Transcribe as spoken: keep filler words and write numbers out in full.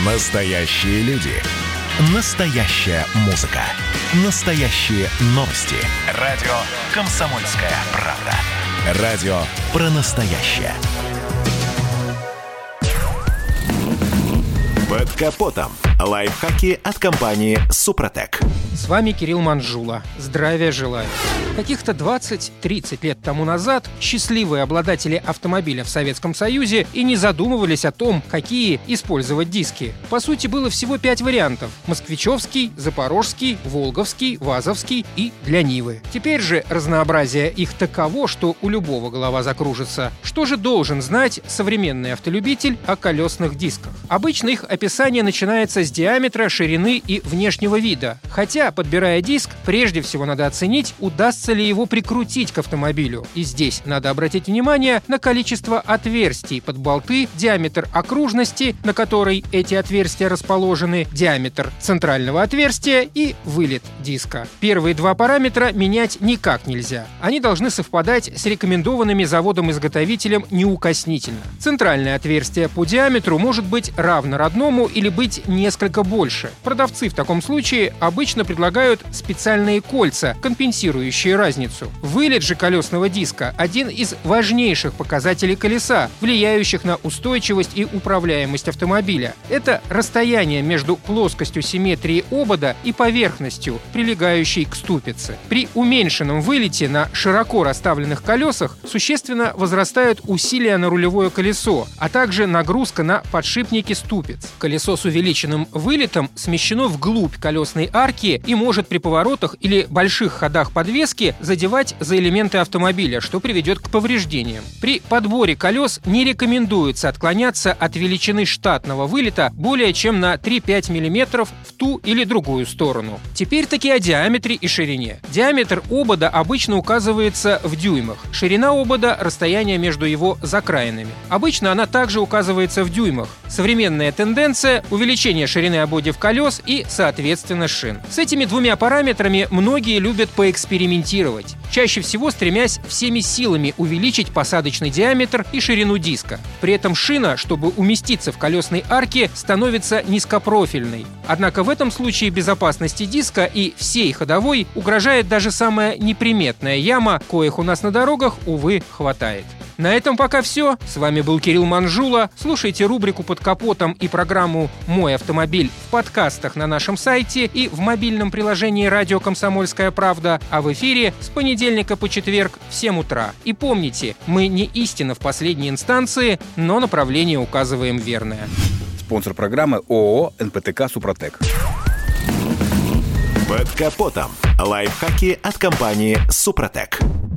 Настоящие люди. Настоящая музыка. Настоящие новости. Радио «Комсомольская правда». Радио про настоящее. Под капотом. Лайфхаки от компании «Супротек». С вами Кирилл Манжула. Здравия желаю. Каких-то двадцать-тридцать лет тому назад счастливые обладатели автомобиля в Советском Союзе и не задумывались о том, какие использовать диски. По сути, было всего пять вариантов: москвичевский, запорожский, волговский, вазовский и для Нивы. Теперь же разнообразие их таково, что у любого голова закружится. Что же должен знать современный автолюбитель о колесных дисках? Обычно их описание начинается с диаметра, ширины и внешнего вида. Хотя, подбирая диск, прежде всего надо оценить, удастся ли его прикрутить к автомобилю. И здесь надо обратить внимание на количество отверстий под болты, диаметр окружности, на которой эти отверстия расположены, диаметр центрального отверстия и вылет диска. Первые два параметра менять никак нельзя. Они должны совпадать с рекомендованными заводом-изготовителем неукоснительно. Центральное отверстие по диаметру может быть равно родному или быть несколько больше. Продавцы в таком случае обычно предлагают специальные кольца, компенсирующие разницу. Вылет же колесного диска – один из важнейших показателей колеса, влияющих на устойчивость и управляемость автомобиля. Это расстояние между плоскостью симметрии обода и поверхностью, прилегающей к ступице. При уменьшенном вылете на широко расставленных колесах существенно возрастают усилия на рулевое колесо, а также нагрузка на подшипники ступиц. Колесо с увеличенным вылетом смещено вглубь колесной арки и может при поворотах или больших ходах подвески задевать за элементы автомобиля, что приведет к повреждениям. При подборе колес не рекомендуется отклоняться от величины штатного вылета более чем на три-пять миллиметров в ту или другую сторону. Теперь таки о диаметре и ширине. Диаметр обода обычно указывается в дюймах. Ширина обода – расстояние между его закраинами. Обычно она также указывается в дюймах. Современная тенденция – увеличение ширины ободьев колес и, соответственно, шин. С этими двумя параметрами многие любят поэкспериментировать, чаще всего стремясь всеми силами увеличить посадочный диаметр и ширину диска. При этом шина, чтобы уместиться в колесной арке, становится низкопрофильной. Однако в этом случае безопасности диска и всей ходовой угрожает даже самая неприметная яма, коих у нас на дорогах, увы, хватает. На этом пока все. С вами был Кирилл Манжула. Слушайте рубрику «Под капотом» и программу «Мой автомобиль» в подкастах на нашем сайте и в мобильном приложении «Радио Комсомольская правда», а в эфире с понедельника по четверг в семь утра. И помните, мы не истина в последней инстанции, но направление указываем верное. Спонсор программы ООО «эн пэ тэ ка Супротек». Под капотом. Лайфхаки от компании «Супротек».